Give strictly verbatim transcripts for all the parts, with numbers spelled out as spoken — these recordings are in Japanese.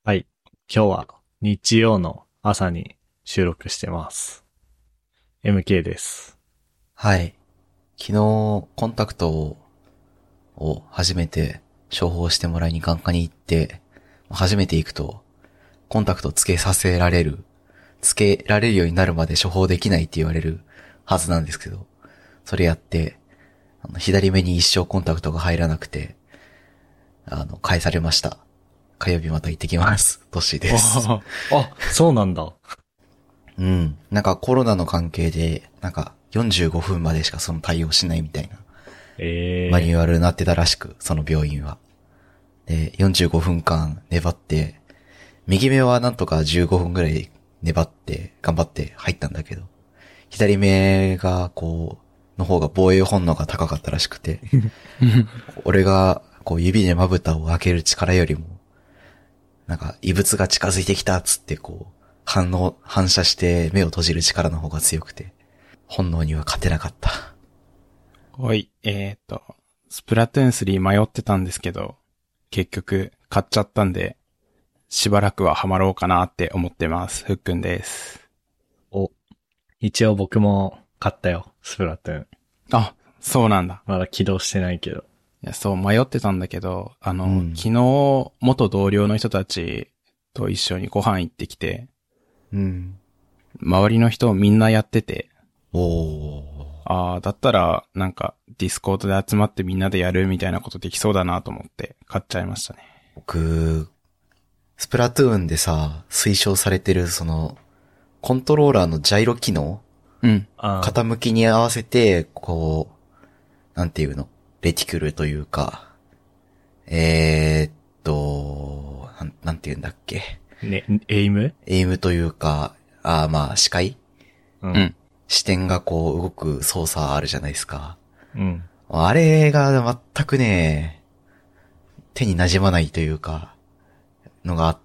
はい。今日は日曜の朝に収録してます。エムケー です。 はい。昨日、コンタクトをを初めて処方してもらいに眼科に行って、初めて行くと、コンタクトつけさせられる、つけられるようになるまで処方できないって言われるはずなんですけど、それやって、あの左目に一生コンタクトが入らなくて、あの、返されました。火曜日また行ってきます。トッシーです。 あ、そうなんだ。 うん。なんかコロナの関係で、なんかよんじゅうごふんまでしかその対応しないみたいな。 ええー。 マニュアルになってたらしく、その病院は。で、よんじゅうごふんかん粘って、右目はなんとかじゅうごふんぐらい粘って、頑張って入ったんだけど、左目がこう、の方が防衛本能が高かったらしくて、俺がこう指でまぶたを開ける力よりも、なんか異物が近づいてきたっつってこう、反応、反射して目を閉じる力の方が強くて、本能には勝てなかった。 はい、えーっと、スプラトゥーンスリー迷ってたんですけど、結局買っちゃったんで、しばらくはハマろうかなって思ってます。ふっくんです。 お、一応僕も買ったよ、スプラトゥーン。 あ、そうなんだ。 まだ起動してないけど。 いや、そう迷ってたんだけど、あの、 うん昨日元同僚の人たちと一緒にご飯行ってきて、 うん。 周りの人みんなやってて、 おー。 ああ、だったらなんかディスコードで集まってみんなでやるみたいなことできそうだなと思って買っちゃいましたね。 僕、スプラトゥーンでさ、推奨されてるその、コントローラーのジャイロ機能うん。 あー傾きに合わせて、こう、なんていうのレティクルというか、えーっと、なん、なんていうんだっけね、エイムエイムというか、あーまあ視界う。 うんん。 視点がこう動く操作あるじゃないですか。 うん。 あれが全くね、手に馴染まないというか、のがあって、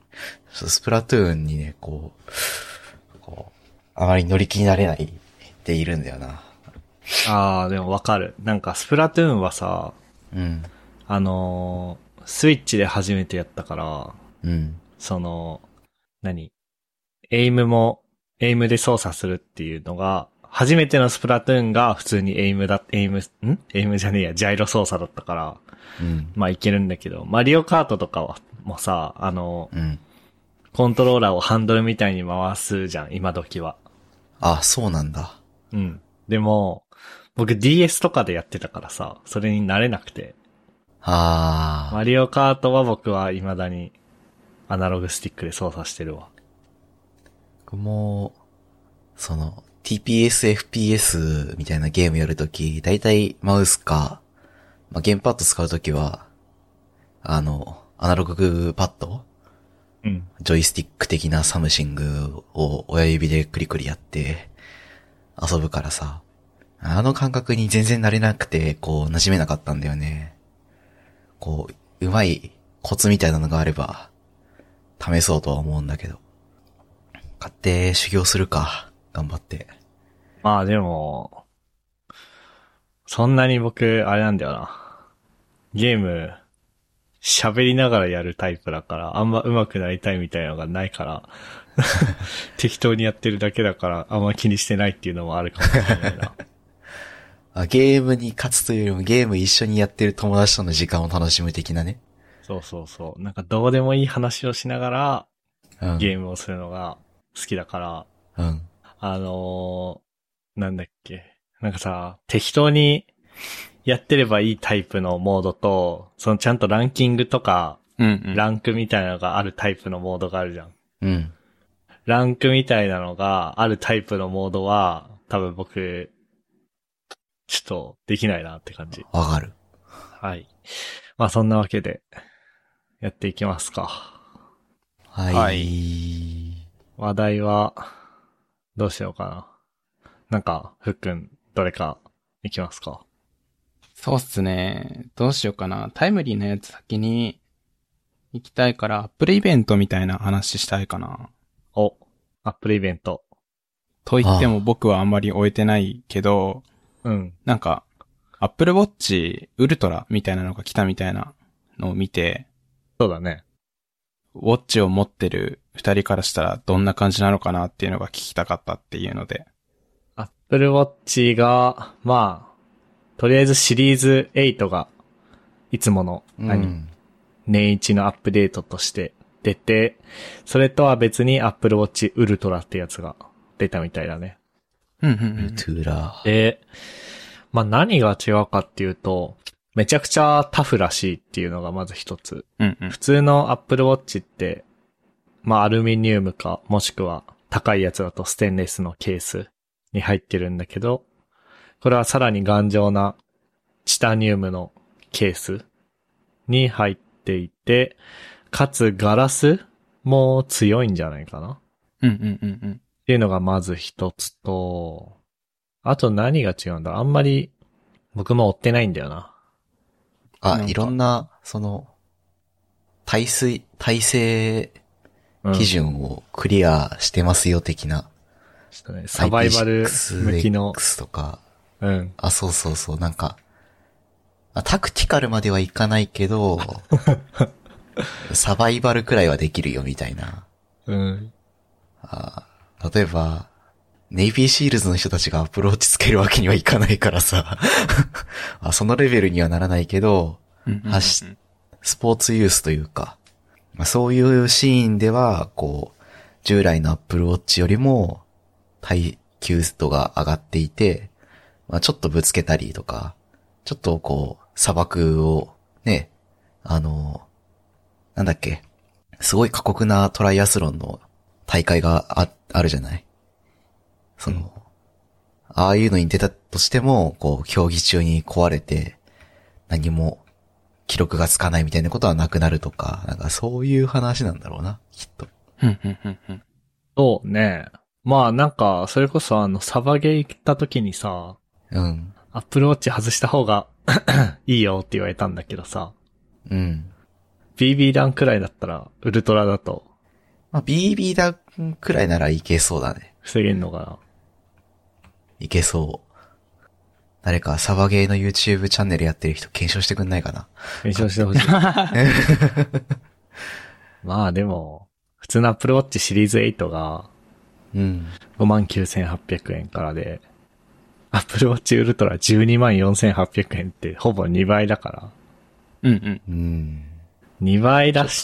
スプラトゥーンにね、こう、こう、あまり乗り気になれないっているんだよな。 ああ、でもわかる。なんかスプラトゥーンはさ、 うん。 あのー、スイッチで初めてやったから、 うん。 その、何エイムも、エイムで操作するっていうのが、初めてのスプラトゥーンが普通にエイムだ、エイム、んエイムじゃねえや、ジャイロ操作だったから、 うん。 まあいけるんだけど、マリオカートとかは、もうさ、あの、 うん。 コントローラーをハンドルみたいに回すじゃん、今時は。 あ、そうなんだ。 うん。でも、僕 ディーエス とかでやってたからさ、それに慣れなくて。 あマリオカートは僕は未だにアナログスティックで操作してるわ。 僕も、その、ティーピーエス、エフピーエス みたいなゲームやるとき、だいたいマウスか、まあ、ゲームパッド使うときは、あの、アナログパッドうん。 ジョイスティック的なサムシングを親指でクリクリやって遊ぶからさ、あの感覚に全然慣れなくて、こう、馴染めなかったんだよね。こう、うまいコツみたいなのがあれば、試そうとは思うんだけど。買って修行するか。頑張って。 まあでも、そんなに僕、あれなんだよな。ゲーム、喋りながらやるタイプだから、あんま上手くなりたいみたいなのがないから、適当にやってるだけだから、あんま気にしてないっていうのもあるかもしれないな。 あ、ゲームに勝つというよりもゲーム一緒にやってる友達との時間を楽しむ的なね。 そうそうそう。なんかどうでもいい話をしながら、 うん。 ゲームをするのが好きだから、 うん。 あのー、なんだっけ。なんかさ、適当にやってればいいタイプのモードと、そのちゃんとランキングとか、 うんうん。 ランクみたいなのがあるタイプのモードがあるじゃん。 うん。 ランクみたいなのがあるタイプのモードは、多分僕、ちょっとできないなって感じ。 わかる。 はい。まあそんなわけで、やっていきますか。 はい。 は話題は、どうしようかな。なんか、ふっくん、どれか、いきますか。 そうっすね。どうしようかな。タイムリーなやつ先に行きたいから、アップルイベントみたいな話したいかな。 お、アップルイベント。 と言っても僕はあんまり終えてないけど、 うん。 なんか、アップルウォッチウルトラみたいなのが来たみたいなのを見て、 そうだね。 ウォッチを持ってる二人からしたらどんな感じなのかなっていうのが聞きたかったっていうので。 Apple Watch が、まあ、とりあえずシリーズエイトが、いつもの、何、うん、年一のアップデートとして出て、それとは別に Apple Watch Ultra ってやつが出たみたいだね。 うんうんうん。 ウルトラ。 で、まあ何が違うかっていうと、めちゃくちゃタフらしいっていうのがまず一つ。 うんうん、 普通の Apple Watch って、まあアルミニウムか、もしくは高いやつだとステンレスのケースに入ってるんだけど、これはさらに頑丈なチタニウムのケースに入っていて、かつガラスも強いんじゃないかな。 うんうんうんうん。 っていうのがまず一つと、あと何が違うんだ？あんまり僕も追ってないんだよな。 あ、いろんな、その、耐水、耐性基準をクリアしてますよ的な。 うんね、サバイバル向きの。 X とか。 うん。 あ、そうそうそう、なんか、あタクティカルまではいかないけど、サバイバルくらいはできるよみたいな。 うん。 あ例えば、ネイビーシールズの人たちがアプローチつけるわけにはいかないからさあ、そのレベルにはならないけど、スポーツユースというか、まあ、そういうシーンでは、こう、従来のアップルウォッチよりも耐久度が上がっていて、まあ、ちょっとぶつけたりとか、ちょっとこう、砂漠をね、あの、なんだっけ、すごい過酷なトライアスロンの大会が あ, あるじゃない。その、うん、ああいうのに出たとしても、こう、競技中に壊れて、何も記録がつかないみたいなことはなくなるとか、なんかそういう話なんだろうな、きっと。 そうね。まあなんか、それこそあの、サバゲー行った時にさ、 うん。 アップルウォッチ外した方がいいよって言われたんだけどさ。 うん。 ビービー 弾くらいだったら、ウルトラだと。 まあ、ビービー 弾くらいならいけそうだね。 防げんのかな。 いけそう。誰かサバゲーの YouTube チャンネルやってる人検証してくんないかな。 検証してほしい。まあでも、普通の Apple Watch シリーズエイトが、 うん。 ごまんきゅうせんはっぴゃくえんからで、Apple Watch Ultra じゅうにまんよんせんはっぴゃくえんってほぼにばいだから。 うんうん。 うん。 にばい出して、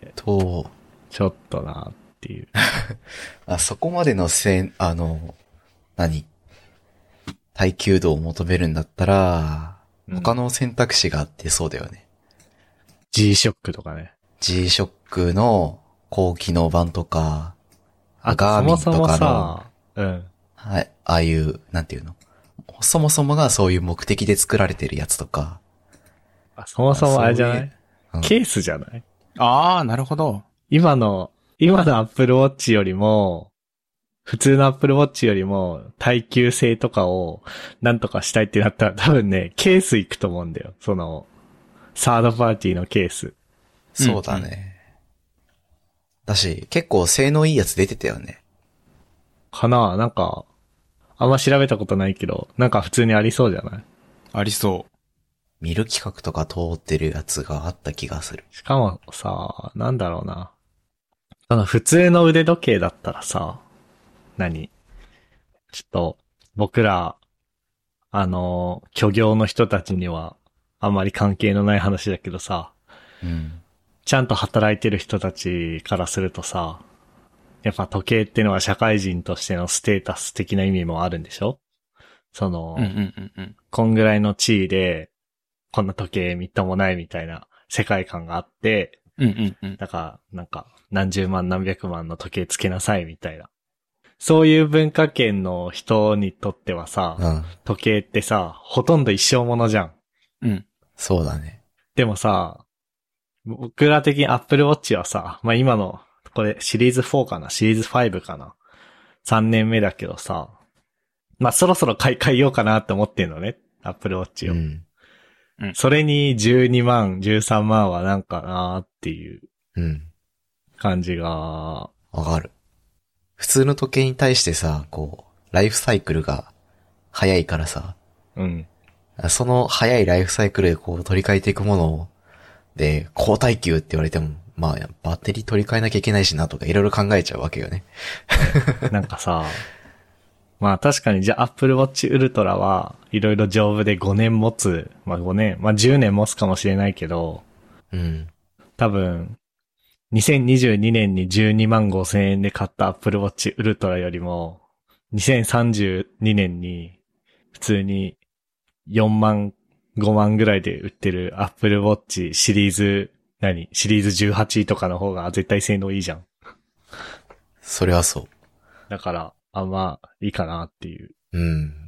と、 ちょっとなっていう。 あ、そこまでのせん、あの、何耐久度を求めるんだったら、他の選択肢があってそうだよね。 G-SHOCK とかね。 G-SHOCK の高機能版とか、あガーミンとかの、 そもそもさ、うん。 はい、ああいう、なんていうのそもそもがそういう目的で作られてるやつとか。 あそもそもあれじゃない、 うん、 ケースじゃない？ ああ、なるほど。 今の、今の Apple Watch よりも、普通の Apple Watch よりも耐久性とかをなんとかしたいってなったら多分ね、ケース行くと思うんだよ。その、サードパーティーのケース。 そうだね。うん、だし、結構性能いいやつ出てたよね。 かな？なんか、あんま調べたことないけど、なんか普通にありそうじゃない？ ありそう。 見る企画とか通ってるやつがあった気がする。 しかもさ、なんだろうな。その普通の腕時計だったらさ、何？ちょっと、僕ら、あの、虚業の人たちには、あんまり関係のない話だけどさ、 うん。 ちゃんと働いてる人たちからするとさ、やっぱ時計ってのは社会人としてのステータス的な意味もあるんでしょ？その、 うんうんうんうん、 こんぐらいの地位で、こんな時計みっともないみたいな世界観があって、 うんうんうん、 だから、なんか、何十万何百万の時計つけなさいみたいな。そういう文化圏の人にとってはさ、 うん、 時計ってさ、ほとんど一生ものじゃん。 うん。 そうだね。 でもさ、僕ら的に Apple Watch はさ、まあ、今の、これシリーズフォーかな？シリーズファイブかな？ さん 年目だけどさ、まあ、そろそろ買い替えようかなって思ってんのね。Apple Watch を。 うんうん、 それにじゅうにまん、じゅうさんまんはなんかなーっていう感じが。わかる。普通の時計に対してさ、こう、ライフサイクルが早いからさ。 うん。 その早いライフサイクルでこう取り替えていくもので、高耐久って言われてもまあ、バッテリー取り替えなきゃいけないしなとかいろいろ考えちゃうわけよね。 なんかさ、まあ確かにじゃあ Apple Watch Ultra はいろいろ丈夫でごねん持つ。まあごねん、まあじゅうねん持つかもしれないけど、 うん。 多分、にせんにじゅうにねんにじゅうにまんごせんえんで買った Apple Watch Ultra よりも、にせんさんじゅうにねんに普通によんまん、ごまんぐらいで売ってる Apple Watch シリーズ、何シリーズじゅうはちとかの方が絶対性能いいじゃん。 それはそう。 だから、あんまいいかなっていう。 うん。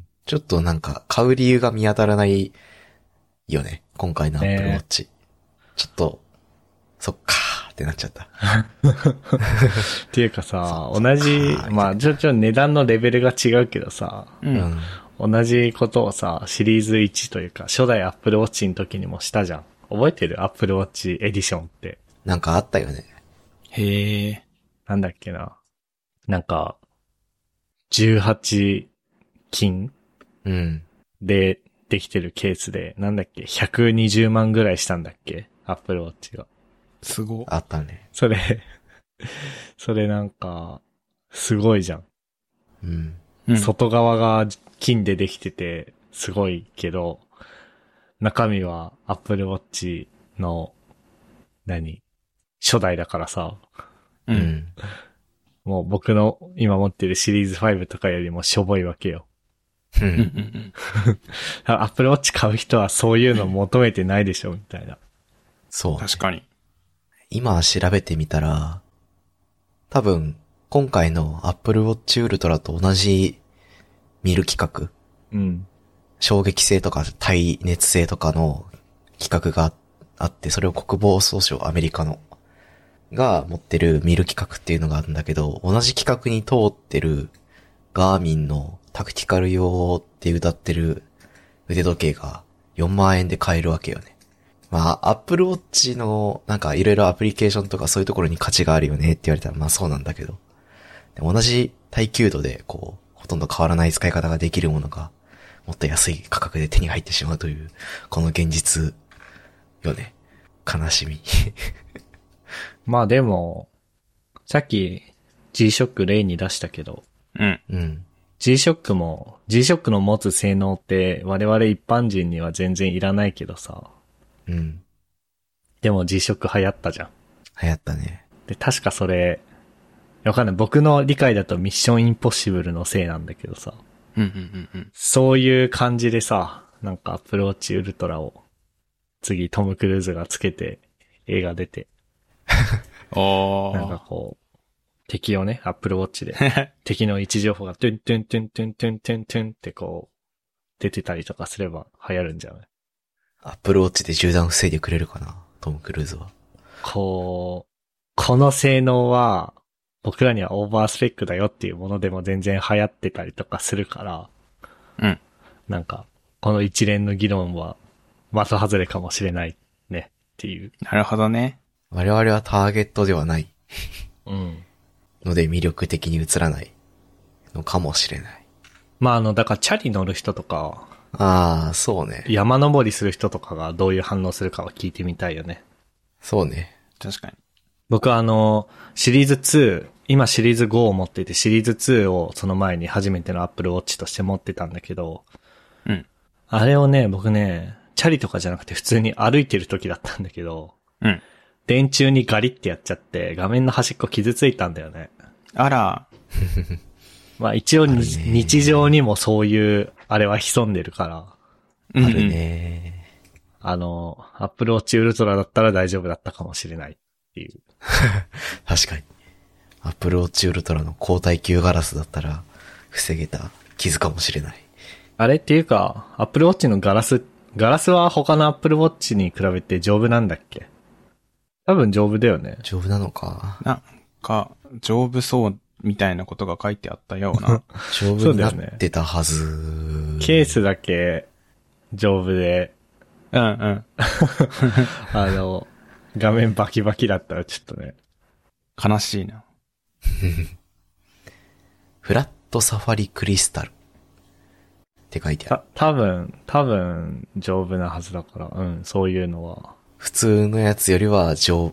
ちょっとなんか、買う理由が見当たらないよね。今回の Apple Watch。ちょっと、そっかーってなっちゃった。 っていうかさ、同じ、まあ、ちょちょ値段のレベルが違うけどさ、 う。 うんん。 同じことをさ、シリーズいちというか、初代 Apple Watch の時にもしたじゃん。覚えてる ?Apple Watch エディションって。 なんかあったよね。 へえ。 なんだっけな。なんか、じゅうはち金うん。 でできてるケースで、なんだっけ、ひゃくにじゅうまんぐらいしたんだっけ ?Apple Watch が。 すご。 あったね。 それ、それなんか、すごいじゃん。 うん。 うん。 外側が金でできてて、すごいけど、中身は Apple Watch の、何初代だからさ、 う。 うんん。 もう僕の今持ってるシリーズごとかよりもしょぼいわけよ。 う。 うん。うんん。 Apple Watch 買う人はそういうの求めてないでしょ、みたいな。 そう。 確かに。 今調べてみたら、多分、今回の Apple Watch Ultra と同じ見る規格、 うん。 衝撃性とか耐熱性とかの規格があって、それを国防総省アメリカのが持ってる見る規格っていうのがあるんだけど、同じ規格に通ってるガーミンのタクティカル用って歌ってる腕時計がよんまんえんで買えるわけよね。まあ、Apple Watch のなんかいろいろアプリケーションとかそういうところに価値があるよねって言われたらまあそうなんだけど。でも同じ耐久度でこう、ほとんど変わらない使い方ができるものがもっと安い価格で手に入ってしまうという、この現実よね。悲しみ。 まあでも、さっき G-SHOCK 例に出したけど、 うん。 うん。 G-SHOCK も、G-SHOCK の持つ性能って我々一般人には全然いらないけどさ、 うん。 でも G-SHOCK 流行ったじゃん。 流行ったね。 で、確かそれ、わかんない。僕の理解だとミッションインポッシブルのせいなんだけどさ、 うん。うん。うん。 そういう感じでさ、なんか Apple Watch Ultra を次トム・クルーズがつけて映画出て、 おー。 なんかこう、敵をね、Apple Watch で、敵の位置情報がトゥントゥントゥントゥントゥントゥントゥンってこう、出てたりとかすれば流行るんじゃない？ Apple Watch で銃弾防いでくれるかな、トム・クルーズは。 こう、この性能は、僕らにはオーバースペックだよっていうものでも全然流行ってたりとかするから、 うん。 なんか、この一連の議論は、的外れかもしれないねっていう。 なるほどね。 我々はターゲットではないうん。 ので魅力的に映らないのかもしれない。 まああの、だからチャリ乗る人とか、 ああ、そうね。 山登りする人とかがどういう反応するかは聞いてみたいよね。 そうね。 確かに。 僕はあの、シリーズツー、今シリーズフォーを持っていて、シリーズツーをその前に初めての Apple Watch として持ってたんだけど、 うん。 あれをね、僕ね、チャリとかじゃなくて普通に歩いてる時だったんだけど、 うん。 電柱にガリってやっちゃって画面の端っこ傷ついたんだよね。 あら。 まあ一応にあるね日常にもそういうあれは潜んでるから、 うんうんあるね。 あの、Apple Watch Ultra だったら大丈夫だったかもしれないっていう。 確かに。Apple Watch Ultra の高耐久ガラスだったら防げた傷かもしれない。 あれっていうか、Apple Watch のガラス、ガラスは他の Apple Watch に比べて丈夫なんだっけ？多分丈夫だよね。 丈夫なのか。 なんか、丈夫そうみたいなことが書いてあったような。 丈夫になってたはず。 ケースだけ丈夫で、 うんうん。 あの、画面バキバキだったらちょっとね。 悲しいな。 フラットサファリクリスタルって書いてある。 た、多分、多分丈夫なはずだから、うん、そういうのは。 普通のやつよりは丈、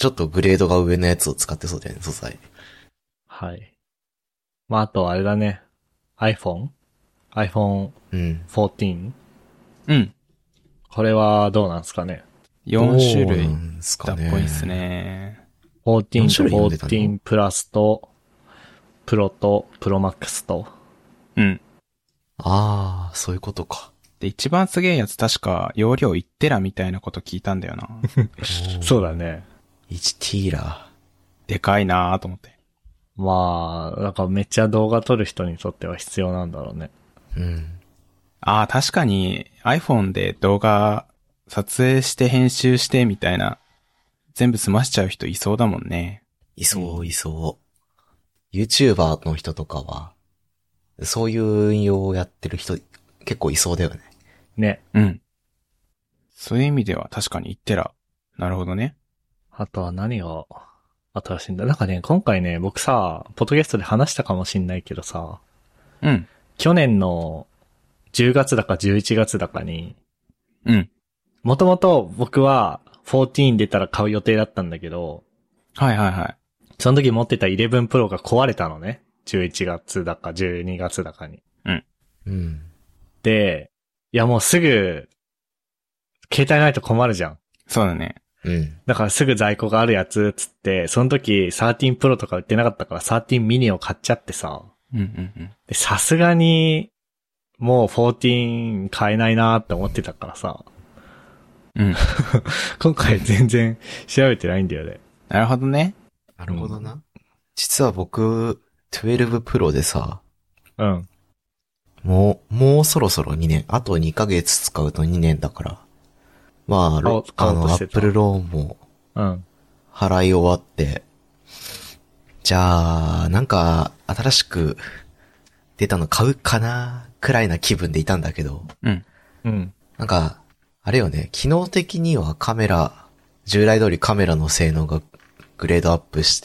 ちょっとグレードが上のやつを使ってそうだよね、素材。 はい。まあ、あとあれだね。iPhone?iPhone うん。 じゅうよん? うん。 これはどうなんですかね。 よん種類どうなんすだかね。 っぽいっすね。 じゅうよんとよん種類読んでたのじゅうよんプラスと、プロと、プロマックスと。 うん。 ああ、そういうことか。 で、一番すげえやつ確か容量いちテラみたいなこと聞いたんだよな。 そうだね。 いちティーラでかいなーと思って。 まあ、なんかめっちゃ動画撮る人にとっては必要なんだろうね。 ー。うん。 ああ、確かに iPhone で動画撮影して編集してみたいな、全部済ましちゃう人いそうだもんね。 いそう、いそう。YouTuber の人とかは、そういう運用をやってる人結構いそうだよね。 ね。 うん。そういう意味では確かにいちテラ。なるほどね。 あとは何が新しいんだ。なんかね、今回ね、僕さ、ポッドキャストで話したかもしんないけどさ、 うん。 去年のじゅうがつだかじゅういちがつだかに、 うん。 もともと僕はじゅうよん出たら買う予定だったんだけど、 はいはいはい。 その時持ってたじゅういちプロが壊れたのね。じゅういちがつだかじゅうにがつだかに。 うん。 で、いやもうすぐ、携帯ないと困るじゃん。 そうだね。 うん。 だからすぐ在庫があるやつつって、その時じゅうさんプロとか売ってなかったからじゅうさんミニを買っちゃってさ。 うんうんうん。 で、さすがに、もうじゅうよん買えないなーって思ってたからさ。 うん。 今回全然調べてないんだよね。 なるほどね。 なるほどな。実は僕、じゅうにプロでさ、 うん。 もう、もうそろそろにねん、あとにかげつ使うとにねんだから。まあ、ロ買おあの、アうとしてたップルローンもうん。 払い終わって、じゃあ、なんか、新しく出たの買うかなくらいな気分でいたんだけど、 うん。 うん。 なんか、あれよね、機能的にはカメラ、従来通りカメラの性能がグレードアップして、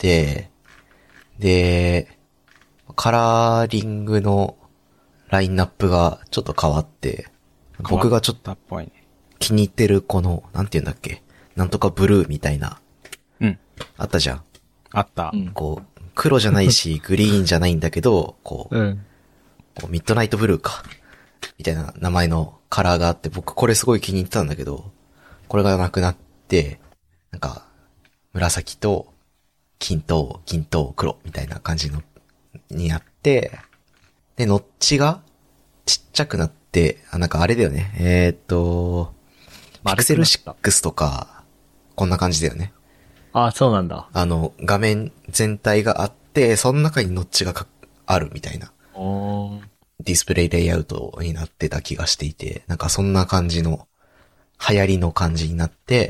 で、カラーリングのラインナップがちょっと変わって、僕がちょっと変わったっぽいね。 気に入ってるこの、なんて言うんだっけ、なんとかブルーみたいな、 うん。 あったじゃん。 あった。 うんこう、黒じゃないし、グリーンじゃないんだけど、こう、 うん。 こうミッドナイトブルーか。みたいな名前のカラーがあって、僕これすごい気に入ってたんだけど、これがなくなって、なんか、紫と、金と、銀と黒みたいな感じの、になって、で、ノッチがちっちゃくなって、あ、なんかあれだよね。えーっと、ピクセルシックスとか、こんな感じだよね。 あ、そうなんだ。 あの、画面全体があって、その中にノッチがかあるみたいな。 おー。 ディスプレイレイアウトになってた気がしていて、なんかそんな感じの、流行りの感じになって、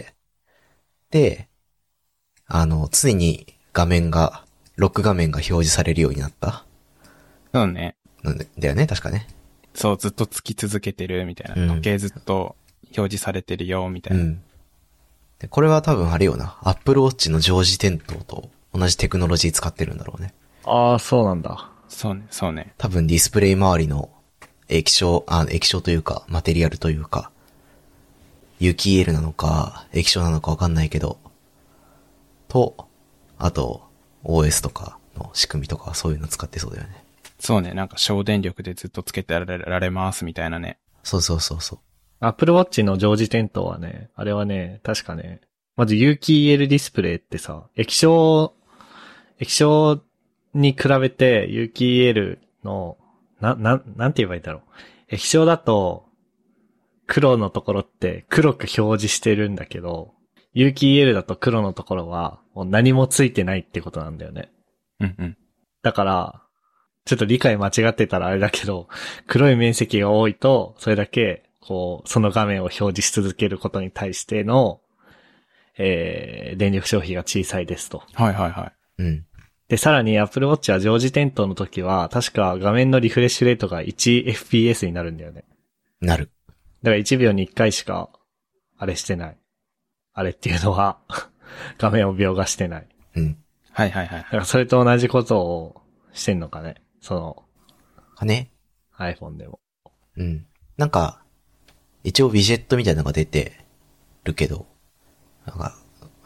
で、あの、常に画面が、ロック画面が表示されるようになった。 そうね。 なんでだよね、確かね。 そう、ずっとつき続けてるみたいな。 うん時計ずっと表示されてるよ、みたいな。 うん。で、これは多分あれよな、Apple Watch の常時点灯と同じテクノロジー使ってるんだろうね。 ああ、そうなんだ。 そうね、そうね。 多分ディスプレイ周りの液晶、あ、液晶というか、マテリアルというか、有機 イーエル なのか、液晶なのかわかんないけど、と、あと、オーエス とかの仕組みとかそういうの使ってそうだよね。 そうね、なんか省電力でずっとつけてられられますみたいなね。 そうそうそうそう。 Apple Watch の常時点灯はね、あれはね、確かね、まず有機 イーエル ディスプレイってさ、液晶、液晶に比べて有機 イーエル の、な、な、なんて言えばいいんだろう。液晶だと、黒のところって黒く表示してるんだけど、有機 イーエル だと黒のところはもう何もついてないってことなんだよね。 うんうん。 だから、ちょっと理解間違ってたらあれだけど、黒い面積が多いと、それだけ、こう、その画面を表示し続けることに対しての、えー、電力消費が小さいですと。 はいはいはい。 うん。 で、さらに Apple Watch は常時点灯の時は、確か画面のリフレッシュレートが いちエフピーエス になるんだよね。 なる。 だからいちびょうにいっかいしか、あれしてない。あれっていうのは、画面を描画してない。 うん。 はいはいはいだ。からそれと同じことをしてんのかね。その、 かね。 iPhone でも。 うん。なんか、一応ウィジェットみたいなのが出てるけど、なんか、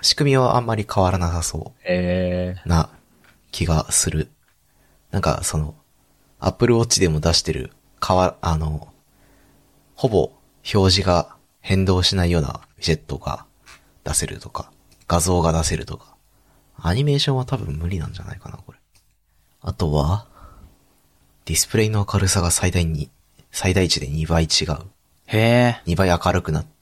仕組みはあんまり変わらなさそえうな気がする。なんかその、Apple Watch でも出してる、変わ、あの、ほぼ表示が変動しないようなウィジェットが出せるとか、画像が出せるとか、アニメーションは多分無理なんじゃないかな、これ。あとは、ディスプレイの明るさが最大に、最大値でにばい違う。 へえ。 にばい明るくなって、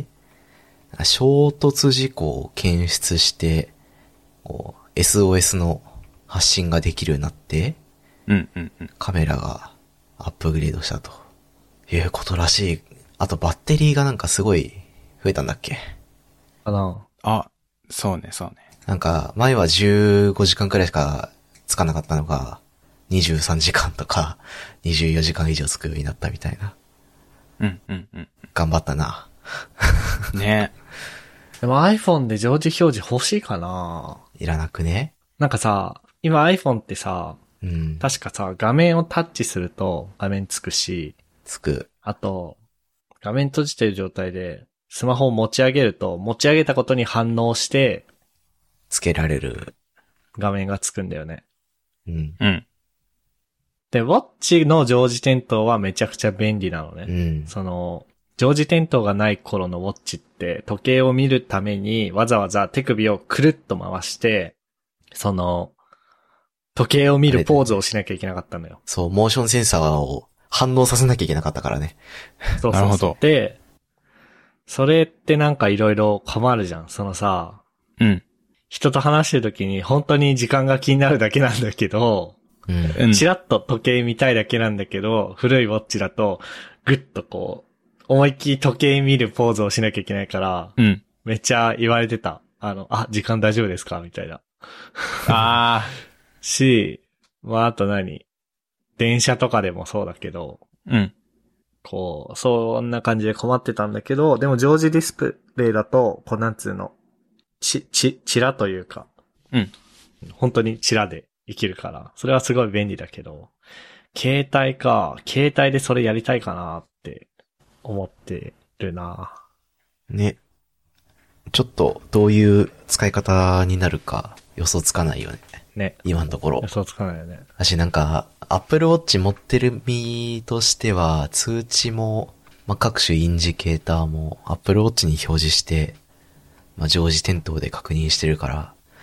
衝突事故を検出して、こう エスオーエス の発信ができるようになって、 うんうんうん。 カメラがアップグレードしたということらしい。あとバッテリーがなんかすごい増えたんだっけ？ かな。 あ、そうね、そうね。 なんか前はじゅうごじかんくらいしかつかなかったのが、にじゅうさんじかんとかにじゅうよじかん以上つくようになったみたいな。 うんうんうん。 頑張ったな。 ね。 でも iPhone で常時表示欲しいかないらなくね？ なんかさ、今 iPhone ってさ、 うん。 確かさ、画面をタッチすると画面つくし、 つく。 あと、画面閉じてる状態で、スマホを持ち上げると、持ち上げたことに反応して、 つけられる。 画面がつくんだよね。 うん。 うん。 で、ウォッチの常時点灯はめちゃくちゃ便利なのね。 うん。 その、常時点灯がない頃のウォッチって、時計を見るためにわざわざ手首をくるっと回して、その、時計を見るポーズをしなきゃいけなかったのよ。 そう、モーションセンサーを反応させなきゃいけなかったからね。 そうそうそう。 なるほどで、それってなんかいろいろ困るじゃん。そのさ、 うん。 人と話してる時に本当に時間が気になるだけなんだけど、 うん。 うん。 チラッと時計見たいだけなんだけど、古いウォッチだと、ぐっとこう、思いっきり時計見るポーズをしなきゃいけないから、 うん。 めっちゃ言われてた。あの、あ、時間大丈夫ですかみたいな。 あし、まあ、あと何電車とかでもそうだけど、 ー。うん。 こう、そんな感じで困ってたんだけど、でも常時ディスプレイだと、こうなんつうの、ち、ち、チラというか、 うん。 本当にチラで生きるから、それはすごい便利だけど、携帯か、携帯でそれやりたいかなって思ってるな。 ね。ちょっと、どういう使い方になるか予想つかないよね。 ね。 今のところ予。想つかないよね。 私なんか、Apple Watch 持ってる身としては、通知も、まあ、各種インジケーターも Apple Watch に表示して、まあ、常時点灯で確認してるから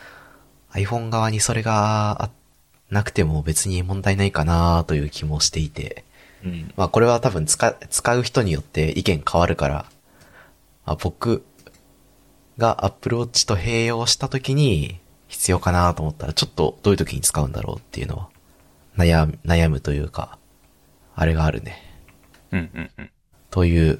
、iPhone 側にそれがあなくても別に問題ないかなという気もしていて、 うん。 まあこれは多分使、使う人によって意見変わるから、まあ、僕が Apple Watch と併用した時に必要かなと思ったら、ちょっとどういう時に使うんだろうっていうのは、悩む、悩むというか、あれがあるね。 うんうんうん。 という、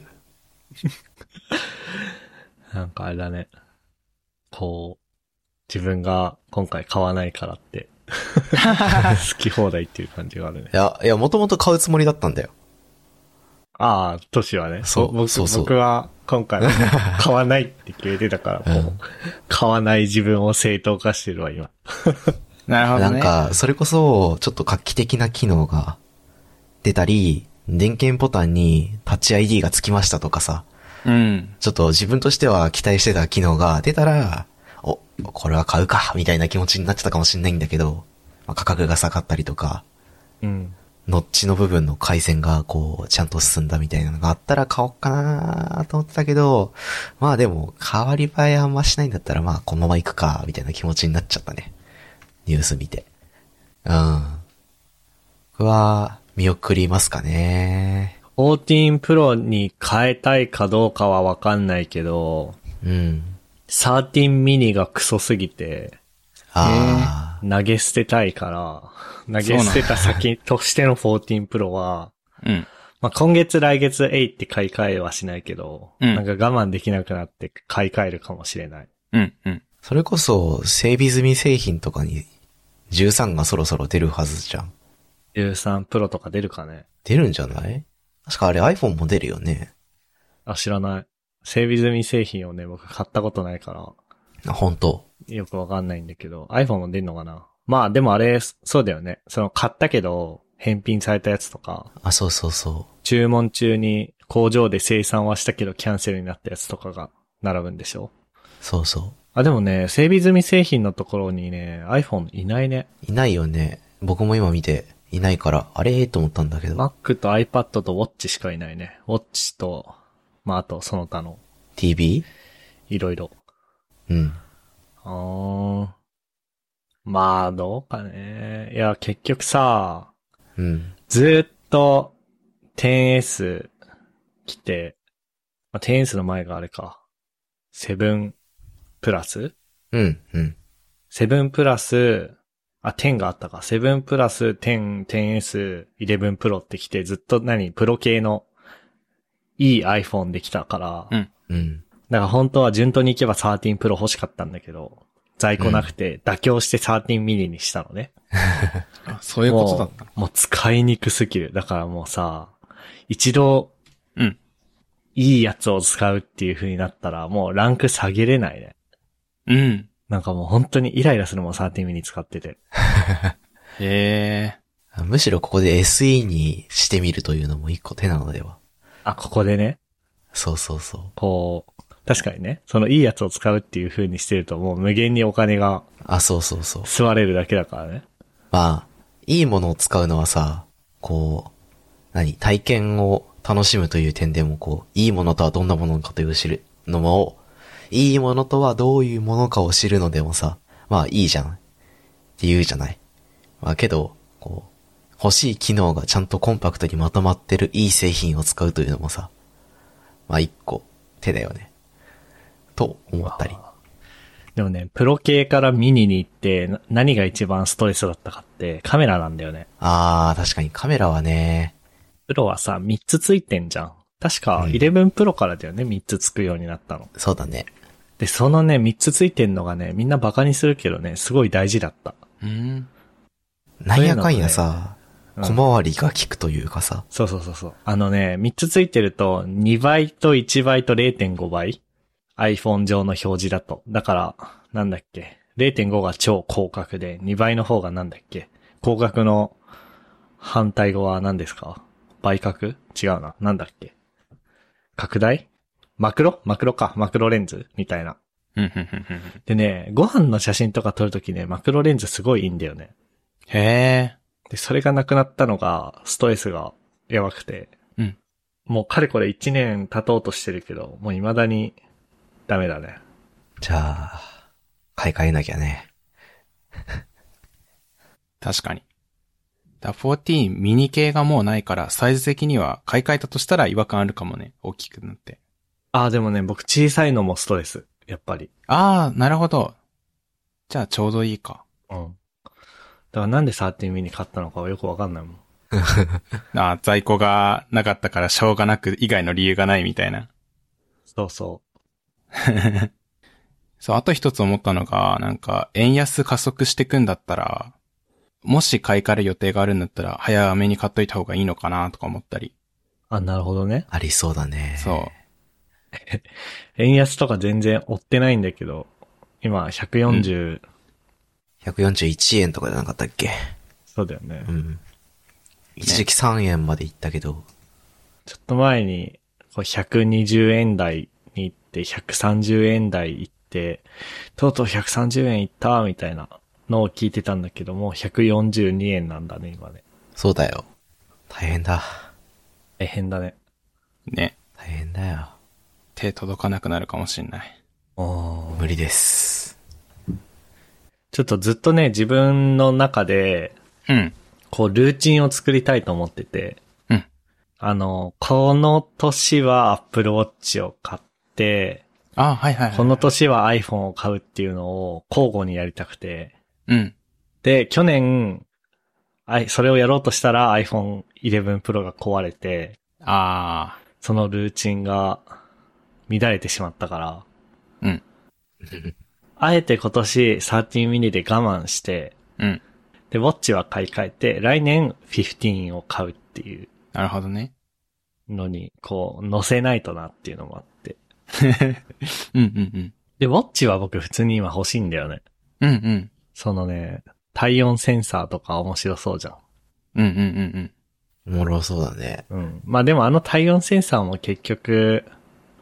なんかあれだね。こう、自分が今回買わないからって、好き放題っていう感じがあるねい。や、いや、もともと買うつもりだったんだよ。 ああ、トシはね。 そう僕そうそう僕は今回買わないって決めてたから、こう、 うん買わない自分を正当化してるわ、今。 なるほどね。 なんか、それこそ、ちょっと画期的な機能が出たり、電源ボタンにタッチ アイディー がつきましたとかさ、 うん。 ちょっと自分としては期待してた機能が出たら、お、これは買うか、みたいな気持ちになってたかもしれないんだけど、まあ、価格が下がったりとか、 うん。 ノッチの部分の改善がこう、ちゃんと進んだみたいなのがあったら買おうかなと思ってたけど、まあでも、変わり映えあんましないんだったらまあこのまま行くか、みたいな気持ちになっちゃったね。ニュース見て。うん。僕は、見送りますかね。 じゅうよん Pro に変えたいかどうかはわかんないけど、 うん。 じゅうさんミニがクソすぎて、 あ投げ捨てたいから、投げ捨てた先としてのじゅうよん Pro は、 うん。 まあ、今月来月はちって買い替えはしないけど、 うんなんか我慢できなくなって買い替えるかもしれない。 うん。うん。 それこそ、整備済み製品とかに、じゅうさんがそろそろ出るはずじゃん。 じゅうさん Pro とか出るかね。 出るんじゃない？確かあれ iPhone も出るよね。 あ、知らない。整備済み製品をね、僕買ったことないかあ、本当。 ら、よくわかんないんだけど、iPhone も出んのかな。まあでもあれ、そうだよね。その買ったけど、返品されたやつとか、 あ、そうそうそ注文中に工場で生産はしたけどキャンセルになったやつとかが並ぶんでしょ？ う。そうそあ、でもね、整備済み製品のところにね、iPhone いないね。 いないよね。僕も今見ていないから、あれと思ったんだけど。 Mac と iPad と Watch しかいないね。Watch と、まあ、あとその他の、 ティービー？ いろいろ。 うん。 あー。まあ、どうかね。いや、結局さ、 うん。 ずーっと テンエス 来て、まあ、テンエス の前があれか。セブンプラスうん、うん。 セブンプラス、あ、テンがあったか。セブンプラス、テン、テンエス、イレブンプロって来て、ずっと何プロ系のいい iPhone できたから、 うん。 うん。 だから本当は順当に行けばサーティーンプロ欲しかったんだけど、在庫なくて妥協してサーティーンミニにしたのね。 あ、そういうことだったの。 もう、もう使いにくすぎる。だからもうさ、一度、 うん。 いいやつを使うっていう風になったら、もうランク下げれないね。 うん。 なんかもう本当にイライラするもん、サーティーンミニ使ってて。 へえ。 むしろここで エスイー にしてみるというのも一個手なのでは。 あ、ここでね。 そうそうそう。 こう、確かにね、そのいいやつを使うっていう風にしてるともう無限にお金があ、そうそうそう。 吸われるだけだからね。 まあ、いいものを使うのはさ、こう、何、体験を楽しむという点でもこう、いいものとはどんなものかという知るのも、いいものとはどういうものかを知るのでもさ、まあいいじゃん。って言うじゃない。まあけど、こう、欲しい機能がちゃんとコンパクトにまとまってるいい製品を使うというのもさ、まあ一個手だよね。と思ったり。 でもね、プロ系からミニに行ってな何が一番ストレスだったかってカメラなんだよね。 あー、確かにカメラはね、 プロはさ、みっつついてんじゃん。確か、 うんイレブンプロからだよね、みっつつくようになったの。 そうだね。 で、そのね、みっつついてんのがね、みんなバカにするけどね、すごい大事だった。 うん。 なんやかんやさ、 うん小回りが効くというかさ、 そうそうそうそう。あのね、みっつついてると、にばいといちばいと れいてんごばい iPhone 上の表示だと。だから、なんだっけ。れいてんご が超広角で、にばいの方がなんだっけ。広角の反対語は何ですか？倍角？違うな。なんだっけ。拡大？マクロ？マクロか。マクロレンズみたいな。 うん、ふんふんふん。 でね、ご飯の写真とか撮るときね、マクロレンズすごいいいんだよね。 へえ。 で、それがなくなったのが、ストレスがやばくて。 うん。 もうかれこれいちねん経とうとしてるけど、もう未だにダメだね。 じゃあ、買い替えなきゃね。 確かに。だじゅうよんミニ系がもうないから、サイズ的には買い替えたとしたら違和感あるかもね。大きくなって。 ああ、でもね、僕小さいのもストレス。やっぱり。 あー、なるほど。じゃあちょうどいいか。 うん。だからなんでサーティーンミニ買ったのかはよくわかんないもん。 あー、在庫がなかったからしょうがなく以外の理由がないみたいな。 そうそそう、あと一つ思ったのが、なんか、円安加速してくんだったら、もし買い替える予定があるんだったら、早めに買っといた方がいいのかなとか思ったり。 う。あ、なるほどね。 ありそうだね。 そう。 円安とか全然追ってないんだけど、今ひゃくよんじゅう、うん、 ひゃくよんじゅういちえんとかじゃなかったっけ？ そうだよね。 うん。一時期さんえんまで行ったけど。 ちょっと前に、こうひゃくにじゅうえん台に行って、ひゃくさんじゅうえん台行って、とうとうひゃくさんじゅうえん行ったみたいなのを聞いてたんだけども、ひゃくよんじゅうにえんなんだね、今ね。 そうだよ。大変だ。 大変だね。 ね。 大変だよ。 手届かなくなるかもしんない。 無理です。 ちょっとずっとね、自分の中で、 うん。 こう、ルーチンを作りたいと思ってて、 うん。 あの、この年は Apple Watch を買って、 あ、はいはい、はい。 この年は iPhone を買うっていうのを交互にやりたくて、 うん。 で、去年、あい、それをやろうとしたら iPhone イレブン Pro が壊れて、 あそのルーチンが乱れてしまったから、 ー。うん。 あえて今年サーティーンミニで我慢して、 うん。 で、ウォッチは買い替えて、来年じゅうごを買うっていうなるほどね。 のに、こう、乗せないとなっていうのもあって。 うんうんうん。 で、ウォッチは僕普通に今欲しいんだよね。 うんうん。 そのね、体温センサーとか面白そうじゃん。 うんうんうんうん。 おもろそうだね。 うん。まあでもあの体温センサーも結局、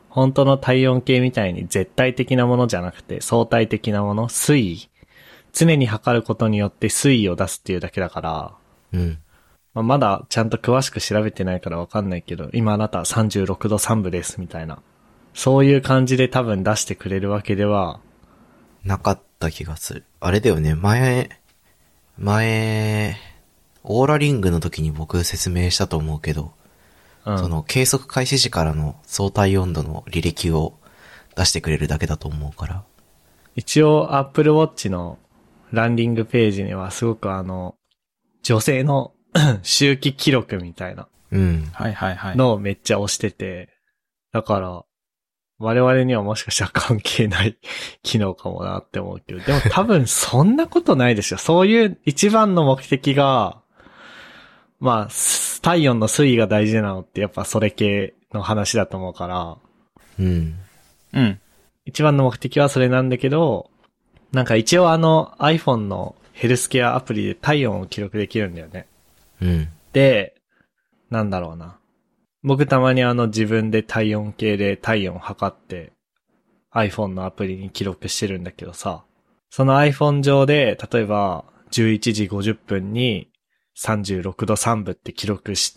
本当の体温計みたいに絶対的なものじゃなくて相対的なもの、推移。常に測ることによって推移を出すっていうだけだから、 うん。 まあ、まだちゃんと詳しく調べてないからわかんないけど、今あなたさんじゅうろくどさんぶですみたいな。そういう感じで多分出してくれるわけでは、 なかった気がする。あれだよね、前、前、オーラリングの時に僕説明したと思うけど、 うん、 その計測開始時からの相対温度の履歴を出してくれるだけだと思うから。 一応 Apple Watch のランディングページにはすごくあの、女性の周期記録みたいなうん。 はいはいはい。 のをめっちゃ押してて、だから我々にはもしかしたら関係ない機能かもなって思うけど、でも多分そんなことないでしょ。そういう一番の目的が、まあ、体温の推移が大事なのってやっぱそれ系の話だと思うから、 うん。 うん。 一番の目的はそれなんだけど、なんか一応あの iPhone のヘルスケアアプリで体温を記録できるんだよね。 うん。 で、なんだろうな。僕たまにあの自分で体温計で体温を測って iPhone のアプリに記録してるんだけどさ、その iPhone 上で例えばじゅういちじごじゅっぷんにさんじゅうろくどさんぶって記録して、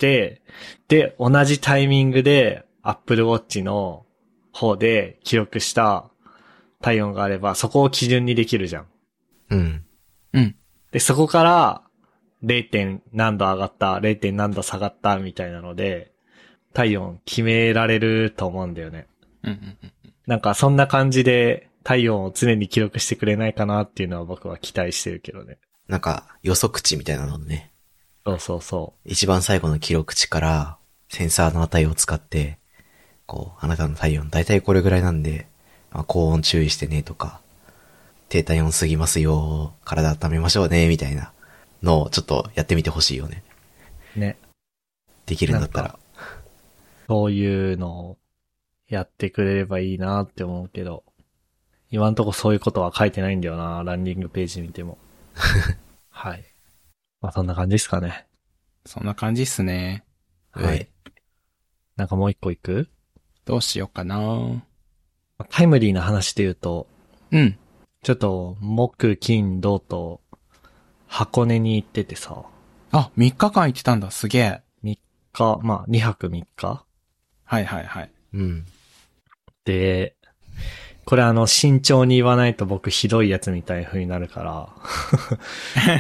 で、同じタイミングで Apple Watch の方で記録した体温があれば、そこを基準にできるじゃん。 うん。 うん。 で、そこから れい. 点何度上がった、れい. 点何度下がったみたいなので、体温決められると思うんだよね。 うんうんうん。 なんかそんな感じで体温を常に記録してくれないかなっていうのは僕は期待してるけどね。 なんか予測値みたいなのね。 そうそうそ一番最後の記録値からセンサーの値を使って、こう、あなたの体温だいたいこれぐらいなんで、まあ、高温注意してねとか、低体温すぎますよ、体温めましょうね、みたいなのをちょっとやってみてほしいよね。 う。ね。 できるんだったら。 そういうのをやってくれればいいなって思うけど、今んとこそういうことは書いてないんだよな、ランディングページ見ても。はい。まあそんな感じですかね。 そんな感じっすね。 はい。 なんかもう一個いく？ どうしようかな。 タイムリーな話で言うと、 うん。 ちょっと、木、金、土と、箱根に行っててさ、 あ、みっかかん行ってたんだ。すげえ。 みっか、まあにはくみっかはいはいはい。 うん。 で、これあの、慎重に言わないと僕ひどいやつみたいな風になるから、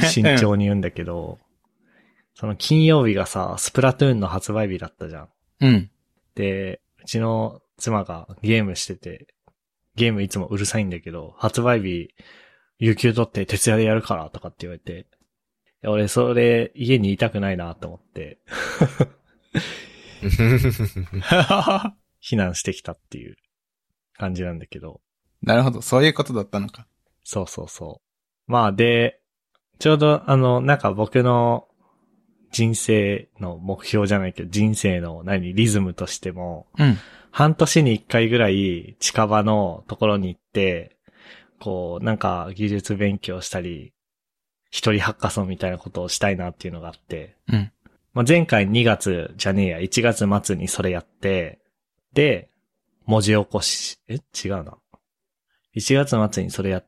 慎重に言うんだけど、その金曜日がさ、スプラトゥーンの発売日だったじゃん。 うん。 で、うちの妻がゲームしてて、ゲームいつもうるさいんだけど、発売日、有給取って徹夜でやるからとかって言われて、いや俺それ家にいたくないなと思って、避難してきたっていう感じなんだけど。 なるほど。そういうことだったのか。 そうそうそう。まあで、ちょうどあの、なんか僕の人生の目標じゃないけど、人生の何、リズムとしても、 うん。 半年に一回ぐらい近場のところに行って、こう、なんか技術勉強したり、一人ハッカソンみたいなことをしたいなっていうのがあって、 うん。 まあ、前回にがつじゃねえや、いちがつ末にそれやって、で、文字起こし、え違うな。いちがつ末にそれやって、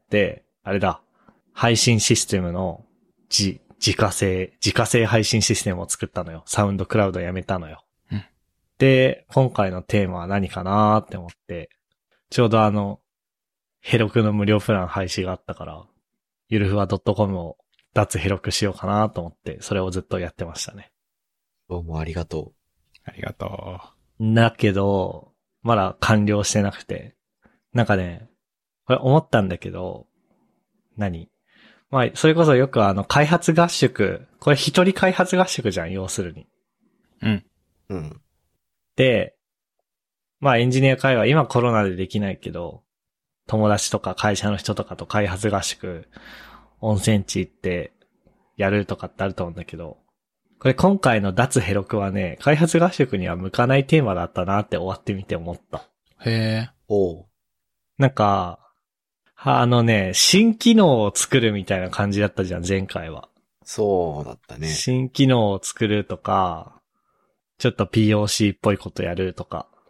あれだ、配信システムの自、自家製、自家製配信システムを作ったのよ。サウンドクラウドやめたのよ。 うん、 で、今回のテーマは何かなーって思って、ちょうどあの、ヘロクの無料プラン廃止があったから、ゆるふわ .com を脱ヘロクしようかなと思って、それをずっとやってましたね。 どうもありがとありがとだけど、まだ完了してなくて、なんかね、これ思ったんだけど、何まあ、それこそよくあの、開発合宿、これ一人開発合宿じゃん、要するに。 う。うん。 う。うん。 で、まあエンジニア会話、今コロナでできないけど、友達とか会社の人とかと開発合宿、温泉地行ってやるとかってあると思うんだけど、これ今回の脱ヘロクはね、開発合宿には向かないテーマだったなって終わってみて思った。 へえ。 おう。 なんか、あのね、新機能を作るみたいな感じだったじゃん、前回は。 そうだったね。 新機能を作るとか、ちょっと ピーオーシー っぽいことやるとか。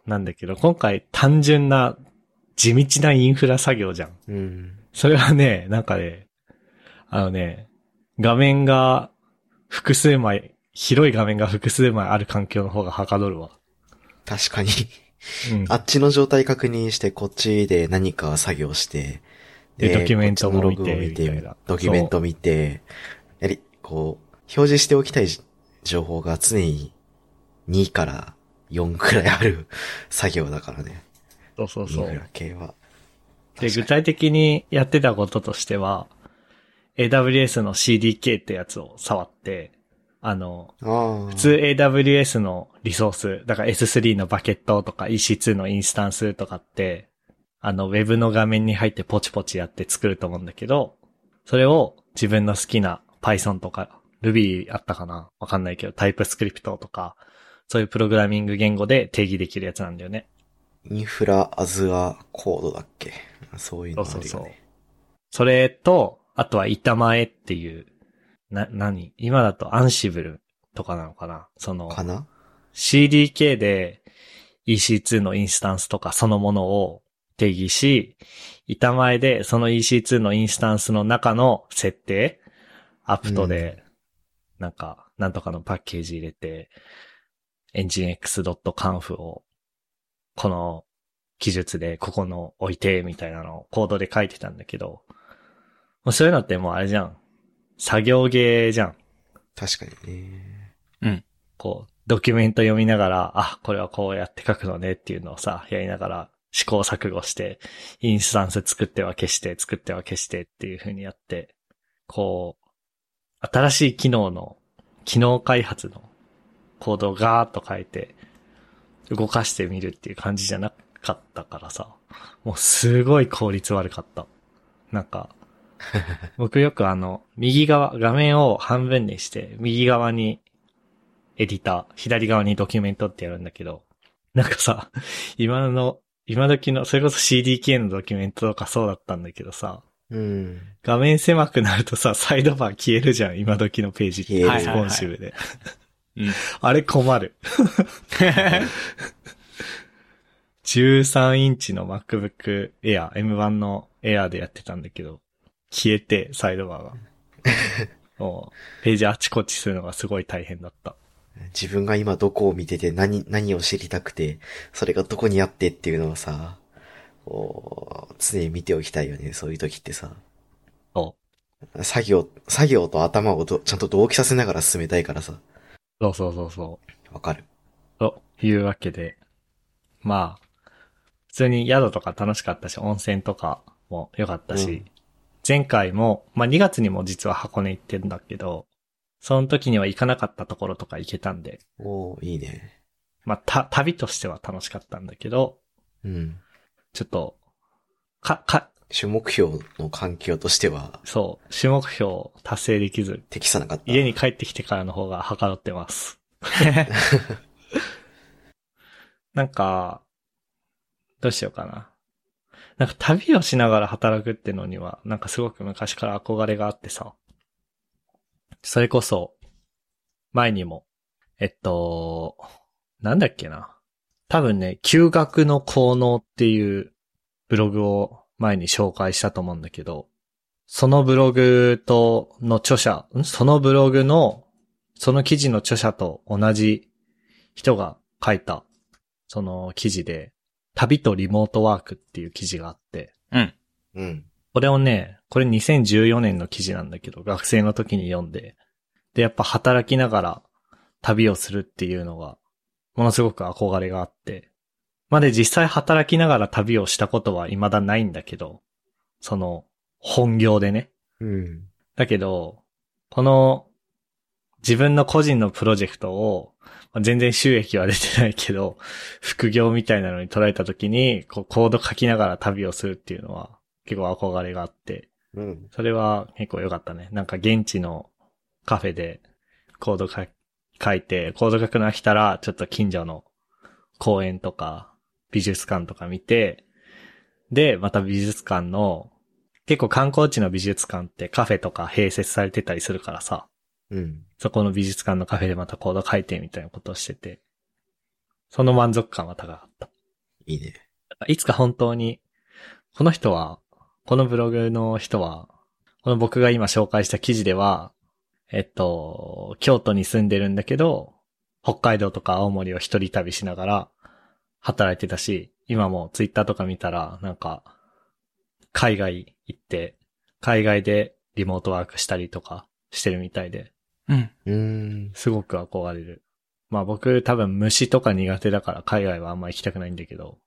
なんだけど、今回単純な地道なインフラ作業じゃん。 うん。 それはね、なんかね、あのね、画面が複数枚、広い画面が複数枚ある環境の方がはかどるわ。 確かに。 うん。 あっちの状態確認して、こっちで何か作業して、 で、ドキュメントも見こっちのログを見ててみたいな、 ドキュメント見て、やり、こう、表示しておきたい情報が常ににからよんくらいある作業だからね。 そうそうそう。 インフラ系は。 で、具体的にやってたこととしては、エーダブリューエス の シーディーケー ってやつを触って、あの、 あ普通 エーダブリューエス のリソース、だから エススリー のバケットとか イーシーツー のインスタンスとかって、あの、ウェブの画面に入ってポチポチやって作ると思うんだけど、それを自分の好きな Python とか Ruby あったかなわかんないけど、TypeScript とか、そういうプログラミング言語で定義できるやつなんだよね。 インフラアズアコードだっけ？そういうのあるよね。 そうそうそう。それと、あとは板前っていう、な、何今だとアンシブルとかなのかなその、 かなシーディーケー で イーシーツー のインスタンスとかそのものを定義し、板前でその イーシーツー のインスタンスの中の設定、アプトで、なんか、なんとかのパッケージ入れて、エンジンエックスドットカンフ を、この記述でここの置いて、みたいなのをコードで書いてたんだけど、もうそういうのってもうあれじゃん。作業ゲーじゃん。 確かにね。 うん。 こう、ドキュメント読みながら、あ、これはこうやって書くのねっていうのをさ、やりながら試行錯誤して、インスタンス作っては消して、作っては消してっていう風にやって、こう、新しい機能の、機能開発のコードをガーッと書いて、動かしてみるっていう感じじゃなかったからさ、もうすごい効率悪かった。なんか、僕よくあの、右側、画面を半分にして、右側にエディター、左側にドキュメントってやるんだけど、なんかさ、今の、今時の、それこそ シーディーケー のドキュメントとかそうだったんだけどさ、 うん。 画面狭くなるとさ、サイドバー消えるじゃん、今時のページって。 消えるレスポンシブで。 うん。 あれ困る。じゅうさんインチの MacBook Air、エムワン の Air でやってたんだけど、消えて、サイドバーが。もう、ページあちこちするのがすごい大変だった。 自分が今どこを見てて何、何を知りたくて、それがどこにあってっていうのをさ、こう常に見ておきたいよね、そういう時ってさ。 そう。 作業、作業と頭をどちゃんと同期させながら進めたいからさ。 そうそうそうそう。 わかる。 というわけで、まあ、普通に宿とか楽しかったし、温泉とかも良かったし、うん、前回も、まあにがつにも実は箱根行ってんだけど、その時には行かなかったところとか行けたんで。 おー、いいね。 まあ、た、旅としては楽しかったんだけど、 うん。 ちょっと、か、か、 主目標の環境としては、 そう、主目標達成できず、 適さなかった。 家に帰ってきてからの方がはかどってます。なんか、どうしようかな。なんか旅をしながら働くってのには、なんかすごく昔から憧れがあってさ。それこそ、前にも、えっと、なんだっけな。多分ね、休学の効能っていうブログを前に紹介したと思うんだけど、そのブログとの著者、んそのブログの、その記事の著者と同じ人が書いた、その記事で、旅とリモートワークっていう記事があって。 うん。 うん。 これをね、これにせんじゅうよねんの記事なんだけど、学生の時に読んで。で、やっぱ働きながら旅をするっていうのが、ものすごく憧れがあって。まで実際働きながら旅をしたことは未だないんだけど、その、本業でね。 うん。 だけど、この、自分の個人のプロジェクトを、全然収益は出てないけど、副業みたいなのに捉えたときに、こう、コード書きながら旅をするっていうのは、結構憧れがあって、 うん。 それは結構良かったね。なんか現地のカフェでコード書書いて、コード書くのが来たら、ちょっと近所の公園とか美術館とか見て、で、また美術館の、結構観光地の美術館ってカフェとか併設されてたりするからさ、 うん。 そこの美術館のカフェでまたコード書いてみたいなことをしてて、その満足感は高かった。 いいね。 いつか本当に、この人は、このブログの人は、この僕が今紹介した記事では、えっと、京都に住んでるんだけど、北海道とか青森を一人旅しながら働いてたし、今もツイッターとか見たら、なんか、海外行って、海外でリモートワークしたりとかしてるみたいで、 うん。 うーん。 すごく憧れる。まあ僕多分虫とか苦手だから海外はあんま行きたくないんだけど、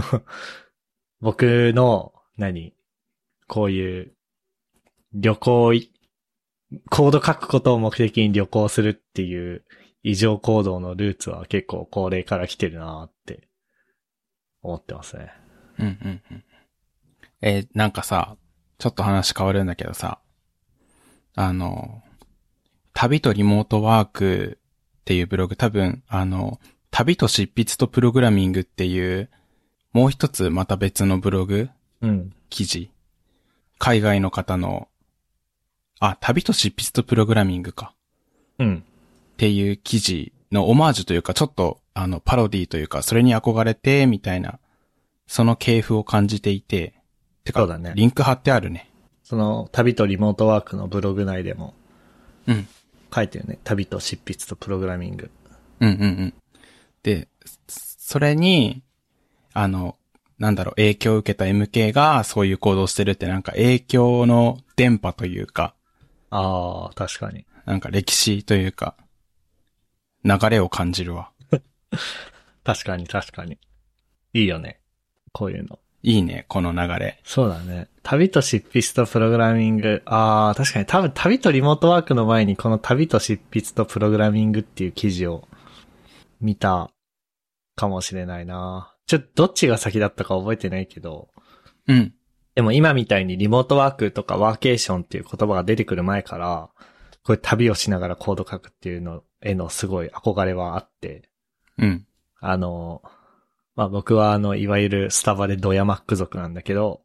僕の、何こういう旅行い、コード書くことを目的に旅行するっていう異常行動のルーツは結構高齢から来てるなーって思ってますね。 うんうんうん。えーなんかさ、ちょっと話変わるんだけどさ、あの、旅とリモートワークっていうブログ、多分、あの、旅と執筆とプログラミングっていう、もう一つまた別のブログ、 うん。 記事。海外の方の、あ、旅と執筆とプログラミングか。 うん。 っていう記事のオマージュというか、ちょっと、あの、パロディというか、それに憧れて、みたいな、その系譜を感じていて、てか、 そうだねリンク貼ってあるね。 その旅とリモートワークのブログ内でもうん。 書いてるね。旅と執筆とプログラミング。 うんうんうん。で、それに、あの、なんだろう、影響を受けた エムケー がそういう行動してるってなんか影響の電波というか、 ああ、確かに。 なんか歴史というか、流れを感じるわ。 確かに確かに。いいよね。こういうの。 いいね、この流れ。 そうだね。旅と執筆とプログラミング。ああ、確かに多分旅とリモートワークの前にこの旅と執筆とプログラミングっていう記事を見たかもしれないな。ちょっとどっちが先だったか覚えてないけど。 うん。 でも今みたいにリモートワークとかワーケーションっていう言葉が出てくる前から、こういう旅をしながらコード書くっていうのへのすごい憧れはあって。 うん。 あの、まあ、僕はあの、いわゆるスタバでドヤマック族なんだけど、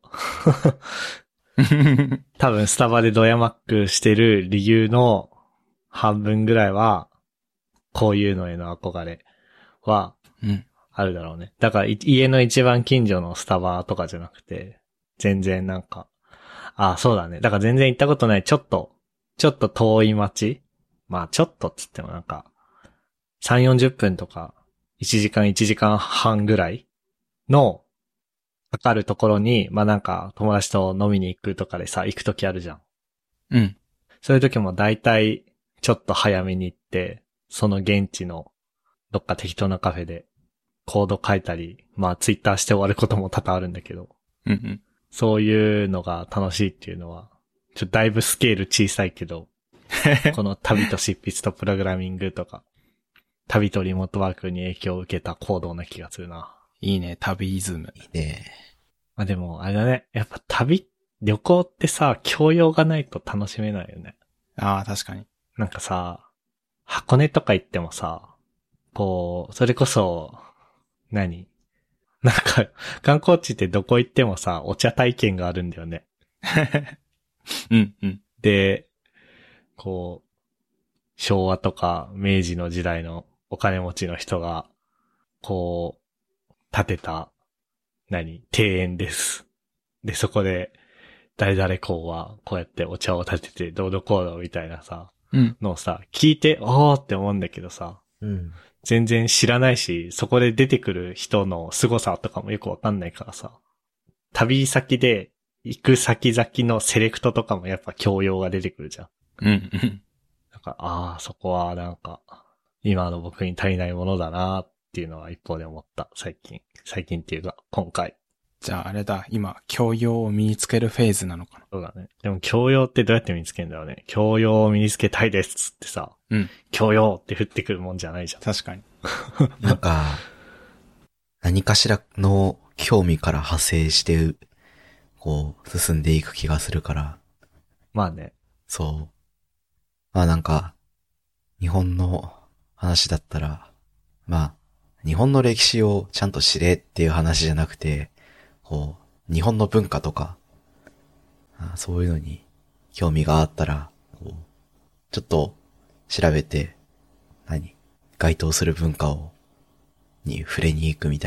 多分スタバでドヤマックしてる理由の半分ぐらいは、こういうのへの憧れはうん。 あるだろうね。だからい家の一番近所のスタバとかじゃなくて、全然なんか、あ、そうだね。だから全然行ったことない、ちょっと、ちょっと遠い街？まあちょっとっつってもなんか、さんじゅうよんじゅっぷんとか、いちじかんいちじかんはんぐらいのかかるところに、まあなんか友達と飲みに行くとかでさ、行くときあるじゃん。 うん。 そういうときも大体ちょっと早めに行って、その現地のどっか適当なカフェでコード書いたり、まあツイッターして終わることも多々あるんだけど、 うんうん。 そういうのが楽しいっていうのは、ちょっとだいぶスケール小さいけど、この旅と執筆とプログラミングとか、旅とリモートワークに影響を受けた行動な気がするな。 いいね、旅イズム。 いいね。 まあでも、あれだね。やっぱ旅、旅行ってさ、教養がないと楽しめないよね。 ああ、確かに。 なんかさ、箱根とか行ってもさ、こう、それこそ、何なんか、観光地ってどこ行ってもさ、お茶体験があるんだよね。 うんうん。 で、こう、昭和とか明治の時代のお金持ちの人が、こう、建てた、何庭園です。で、そこで、誰々公は、こうやってお茶を立てて、どうどこうどみたいなさ、 うん。 のをさ、聞いて、おーって思うんだけどさ、 うん。 全然知らないし、そこで出てくる人の凄さとかもよくわかんないからさ、旅先で行く先々のセレクトとかもやっぱ教養が出てくるじゃん。 うんうん。 なんか、ああ、そこはなんか、今の僕に足りないものだなっていうのは一方で思った、最近。最近っていうか、今回。 じゃああれだ、今、教養を身につけるフェーズなのかな。 そうだね。でも教養ってどうやって身につけるんだろうね。教養を身につけたいですっつってさ、 うん。 教養って降ってくるもんじゃないじゃん。 確かに。 なんか、何かしらの興味から派生して、こう、進んでいく気がするから、 まあね。 そう。まあなんか、日本の話だったら、まあ、日本の歴史をちゃんと知れっていう話じゃなくて、こう、日本の文化とか、あそういうのに興味があったら、こうちょっと調べて、何該当する文化を、に触れに行くみたいな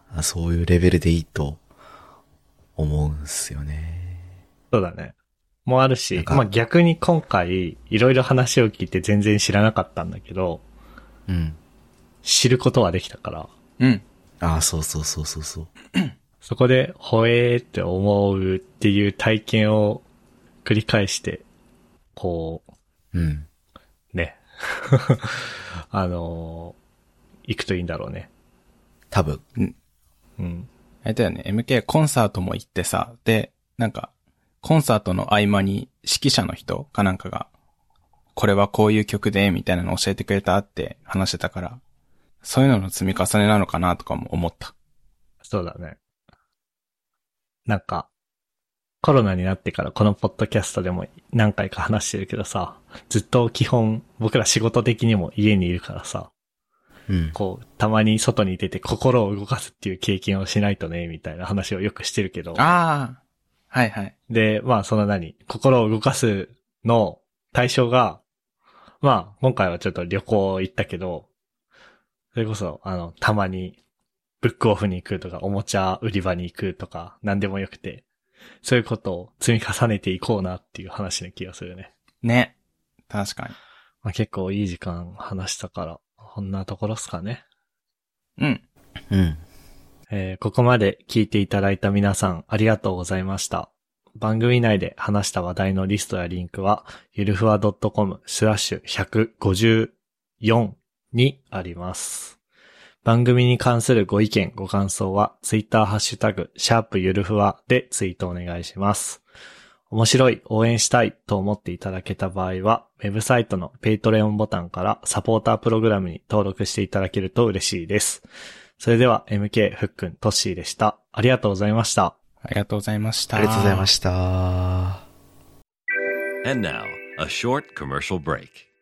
そういうレベルでいいと思うんすよね。 そうだね。もあるし、 なんかまあ逆に今回、いろいろ話を聞いて全然知らなかったんだけど、 うん。 知ることはできたから、 うん。 ああ、そうそうそうそうそう。 そこで、ほえーって思うっていう体験を繰り返して、こうん。 う、ね。あのー、行くといいんだろうね。 多分。 うん。 あれだよね、エムケー コンサートも行ってさ、で、なんか、コンサートの合間に指揮者の人かなんかが、これはこういう曲で、みたいなの教えてくれたって話してたから、そういうのの積み重ねなのかなとかも思った。 そうだね。なんか、コロナになってからこのポッドキャストでも何回か話してるけどさ、ずっと基本僕ら仕事的にも家にいるからさ、 うん。 こう、たまに外に出て心を動かすっていう経験をしないとね、みたいな話をよくしてるけど。 ああ、はいはい。 で、まあその何、心を動かすの対象が、まあ今回はちょっと旅行行ったけど、それこそ、あの、たまにブックオフに行くとか、おもちゃ売り場に行くとか、何でもよくて、そういうことを積み重ねていこうなっていう話な気がするね。 ね。確かに。 まあ、結構いい時間話したから、こんなところっすかね。 うん。 うん。 えーここまで聞いていただいた皆さんありがとうございました。番組内で話した話題のリストやリンクは、ゆるふわ .com スラッシュひゃくごじゅうよんにあります。番組に関するご意見、ご感想は、ツイッターハッシュタグ、シャープゆるふわでツイートお願いします。面白い、応援したいと思っていただけた場合は、ウェブサイトのペイトレオンボタンからサポータープログラムに登録していただけると嬉しいです。それでは エムケー ふっくん、トッシーでした。ありがとうございました。 ありがとうございました。 ありがとうございました。 And now, a short commercial break.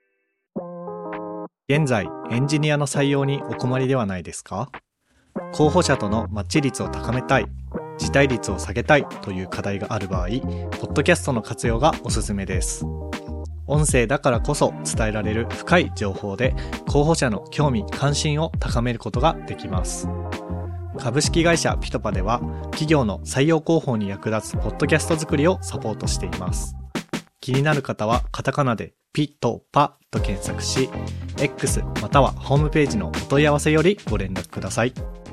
現在、エンジニアの採用にお困りではないですか？候補者とのマッチ率を高めたい、辞退率を下げたいという課題がある場合、ポッドキャストの活用がおすすめです。音声だからこそ伝えられる深い情報で、候補者の興味・関心を高めることができます。株式会社ピトパでは、企業の採用広報に役立つポッドキャスト作りをサポートしています。気になる方はカタカナでピトパと検索し、X またはホームページのお問い合わせよりご連絡ください。